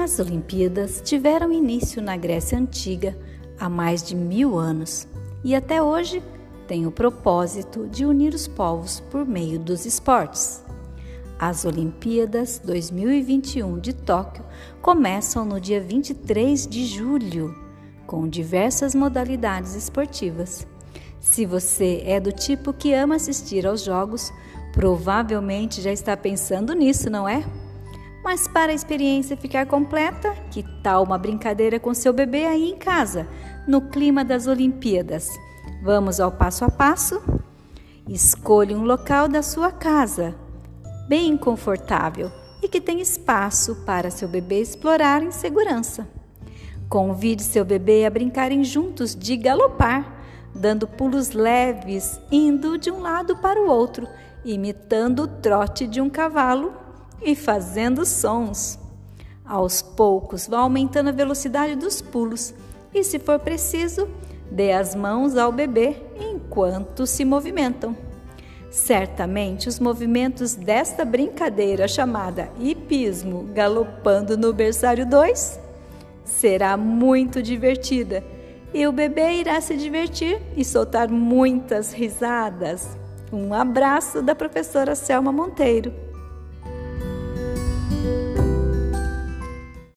As Olimpíadas tiveram início na Grécia Antiga há mais de 1000 anos e até hoje têm o propósito de unir os povos por meio dos esportes. As Olimpíadas 2021 de Tóquio começam no dia 23 de julho, com diversas modalidades esportivas. Se você é do tipo que ama assistir aos jogos, provavelmente já está pensando nisso, não é? Mas para a experiência ficar completa, que tal uma brincadeira com seu bebê aí em casa, no clima das Olimpíadas? Vamos ao passo a passo? Escolha um local da sua casa, bem confortável e que tenha espaço para seu bebê explorar em segurança. Convide seu bebê a brincarem juntos de galopar, dando pulos leves, indo de um lado para o outro, imitando o trote de um cavalo e fazendo sons. Aos poucos, vá aumentando a velocidade dos pulos e, se for preciso, dê as mãos ao bebê enquanto se movimentam. Certamente, os movimentos desta brincadeira chamada hipismo galopando no berçário 2 será muito divertida e o bebê irá se divertir e soltar muitas risadas. Um abraço da professora Selma Monteiro.